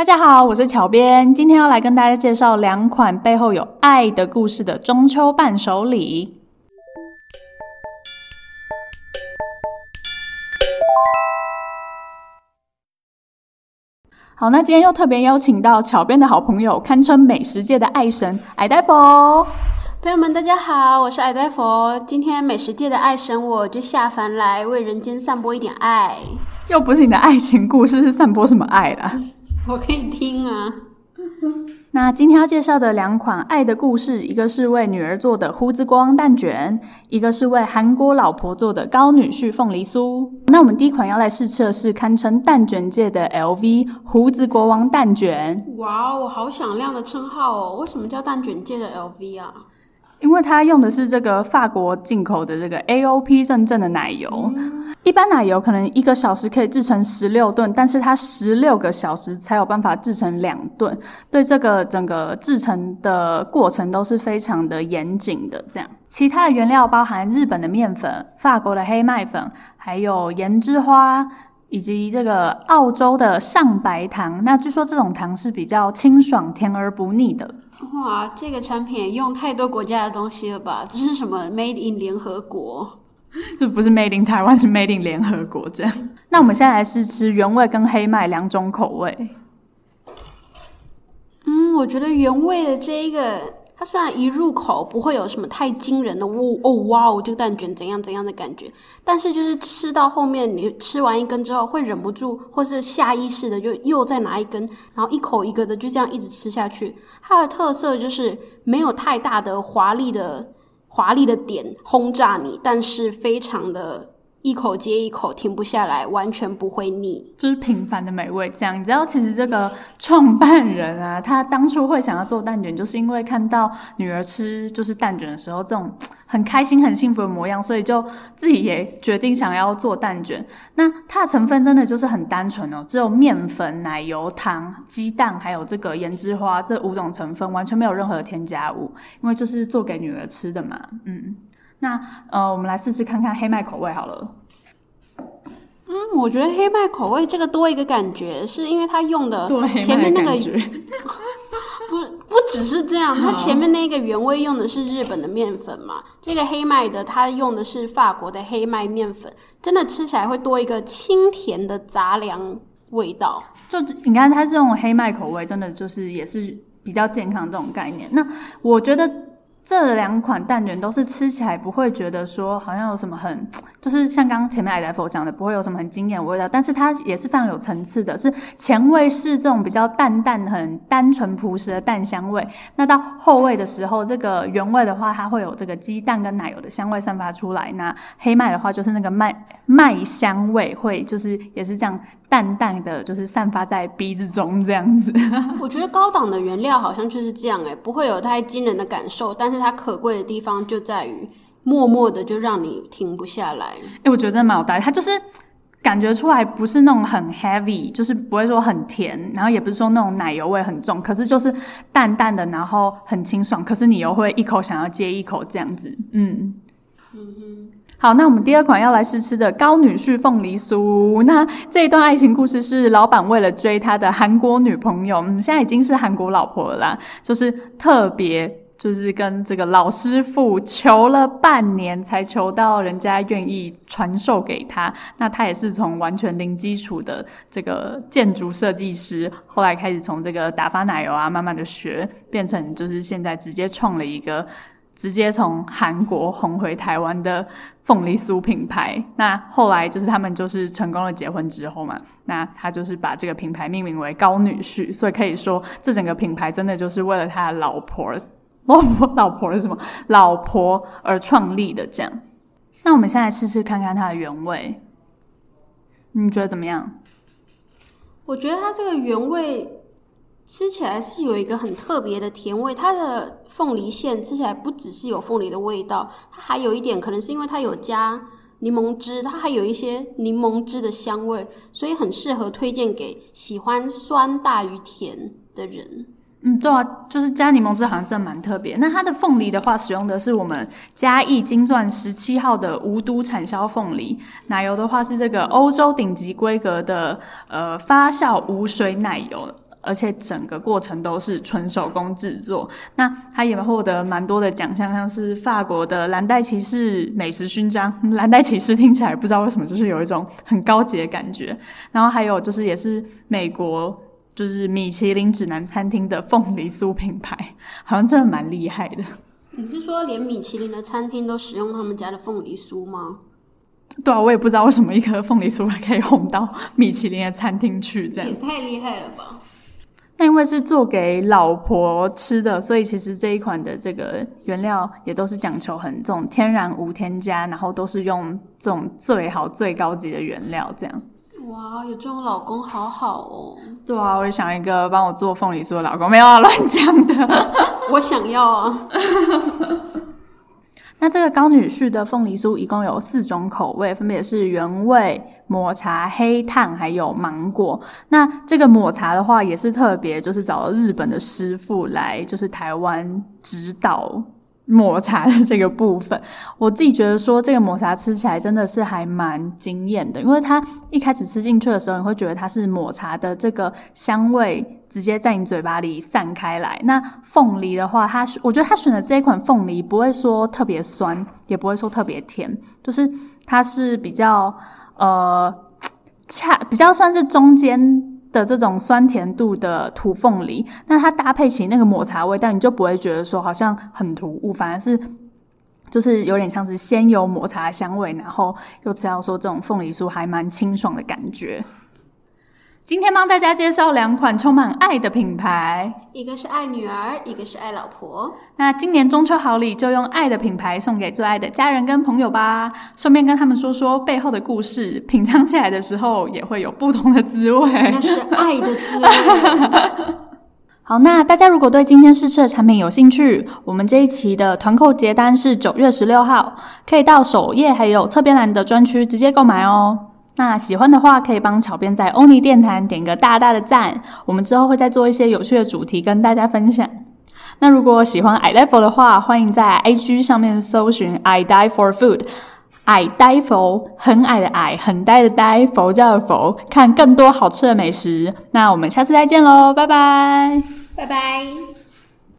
大家好，我是巧编，今天要来跟大家介绍2款背后有爱的故事的中秋伴手礼。好，那今天又特别邀请到巧编的好朋友，堪称美食界的爱神矮呆佛。 朋友们大家好，我是矮呆佛，今天美食界的爱神我就下凡来为人间散播一点爱。 又不是你的爱情故事，是散播什么爱啦？ 我可以听啊。 那今天要介绍的2款爱的故事，一个是为女儿做的胡子国王蛋卷，一个是为韩国老婆做的高女婿凤梨酥。那我们第一款要来试吃的是堪称蛋卷界的 LV 胡子国王蛋卷。 哇哦，好响亮的称号哦！为什么叫蛋卷界的 LV 啊？ 因为它用的是这个法国进口的这个 AOP 认证的奶油。一般奶油可能1个小时可以制成16吨，但是它16个小时才有办法制成2吨，对这个整个制成的过程都是非常的严谨的。这样，其他的原料包含日本的面粉、法国的黑麦粉，还有盐之花，以及这个澳洲的上白糖。那据说这种糖是比较清爽、甜而不腻的。 哇，这个产品也用太多国家的东西了吧？这是什么 Made in 联合国？ 就不是 Made in 台湾，是 Made in 联合国这样。那我们现在来试吃原味跟黑麦2种口味。 我觉得原味的这一个，它虽然一入口不会有什么太惊人的哇哦这个蛋卷怎样怎样的感觉，但是就是吃到后面，你吃完一根之后会忍不住，或是下意识的就又再拿一根，然后一口一个的就这样一直吃下去。它的特色就是没有太大的华丽的点轰炸你，但是非常的一口接一口停不下来，完全不会腻， 就是平凡的美味这样。你知道其实这个创办人啊，他当初会想要做蛋卷，就是因为看到女儿吃就是蛋卷的时候这种很开心很幸福的模样，所以就自己也决定想要做蛋卷。那它的成分真的就是很单纯哦，只有面粉、奶油、糖、鸡蛋还有这个盐之花这5种成分，完全没有任何的添加物，因为就是做给女儿吃的嘛。那我们来试试看看黑麦口味好了。 我觉得黑麦口味这个多一个感觉，是因为它用的前面那个不只是这样，它前面那个原味用的是日本的面粉嘛，这个黑麦的它用的是法国的黑麦面粉，真的吃起来会多一个清甜的杂粮味道。 就你看它是用黑麦口味，真的就是也是比较健康这种概念。那我觉得这2款蛋卷都是吃起来不会觉得说好像有什么很，就是像刚刚前面矮呆佛讲的，不会有什么很惊艳的味道，但是它也是非常有层次的，是前味是这种比较淡淡很单纯朴实的蛋香味，那到后味的时候，这个原味的话它会有这个鸡蛋跟奶油的香味散发出来，那黑麦的话就是那个麦香味会就是也是这样淡淡的就是散发在鼻子中这样子。 我觉得高档的原料好像就是这样不会有太惊人的感受，但是它可贵的地方就在于默默的就让你停不下来。 我觉得真的蛮有道理，它就是感觉出来不是那种很 heavy， 就是不会说很甜，然后也不是说那种奶油味很重，可是就是淡淡的，然后很清爽，可是你又会一口想要接一口这样子。好，那我们第2款要来试吃的高女婿凤梨酥。那这一段爱情故事是老板为了追他的韩国女朋友，现在已经是韩国老婆了啦，就是特别就是跟这个老师傅求了半年才求到人家愿意传授给他。那他也是从完全零基础的这个建筑设计师，后来开始从这个打发奶油啊慢慢的学，变成就是现在直接创了一个直接从韩国红回台湾的凤梨酥品牌。那后来就是他们就是成功的结婚之后嘛，那他就是把这个品牌命名为高女婿，所以可以说这整个品牌真的就是为了他的老婆是什么？老婆而创立的这样。那我们现在试试看看它的原味，你觉得怎么样？ 我觉得它这个原味吃起来是有一个很特别的甜味，它的凤梨馅吃起来不只是有凤梨的味道，它还有一点可能是因为它有加柠檬汁，它还有一些柠檬汁的香味，所以很适合推荐给喜欢酸大于甜的人。 对啊，就是加柠檬汁好像真的蛮特别。那它的凤梨的话，使用的是我们嘉义金钻17号的无毒产销凤梨，奶油的话是这个欧洲顶级规格的发酵无水奶油。 而且整个过程都是纯手工制作。那他也获得蛮多的奖项，像是法国的蓝带骑士美食勋章，蓝带骑士听起来不知道为什么就是有一种很高级的感觉。然后还有就是也是美国就是米其林指南餐厅的凤梨酥品牌，好像真的蛮厉害的。 你是说连米其林的餐厅都使用他们家的凤梨酥吗？ 对啊，我也不知道为什么一颗凤梨酥可以红到米其林的餐厅去，这样也太厉害了吧。 那因为是做给老婆吃的，所以其实这一款的这个原料也都是讲求很这种天然无添加，然后都是用这种最好最高级的原料这样。 哇，有这种老公好好哦。 对啊，我也想一个帮我做凤梨酥的老公，没有啊，乱讲的。 我想要啊。 那这个高女婿的凤梨酥一共有4种口味，分别是原味、抹茶、黑炭还有芒果。那这个抹茶的话也是特别就是找了日本的师傅来就是台湾指导抹茶的这个部分。我自己觉得说这个抹茶吃起来真的是还蛮惊艳的，因为它一开始吃进去的时候你会觉得它是抹茶的这个香味直接在你嘴巴里散开来。那凤梨的话我觉得他选的这一款凤梨不会说特别酸也不会说特别甜，就是它是比较比较算是中间的这种酸甜度的土凤梨，那它搭配起那个抹茶味道，你就不会觉得说好像很突兀，反而是就是有点像是先有抹茶的香味，然后又吃到说这种凤梨酥还蛮清爽的感觉。今天帮大家介绍2款充满爱的品牌， 一个是爱女儿，一个是爱老婆。 那今年中秋好礼就用爱的品牌送给最爱的家人跟朋友吧，顺便跟他们说说背后的故事，品尝起来的时候也会有不同的滋味。 那是爱的滋味。 好，那大家如果对今天试吃的产品有兴趣，我们这一期的团购结单是9月16号，可以到首页还有侧边栏的专区直接购买哦。那喜欢的话可以帮巧编在欧尼电台点个大大的赞，我们之后会再做一些有趣的主题跟大家分享。那如果喜欢 I Die For 的话，欢迎在 IG 上面搜寻 I Die For Food， I Die For 很矮的矮，很呆的呆，佛教的佛，看更多好吃的美食。那我们下次再见咯，拜拜。 拜拜。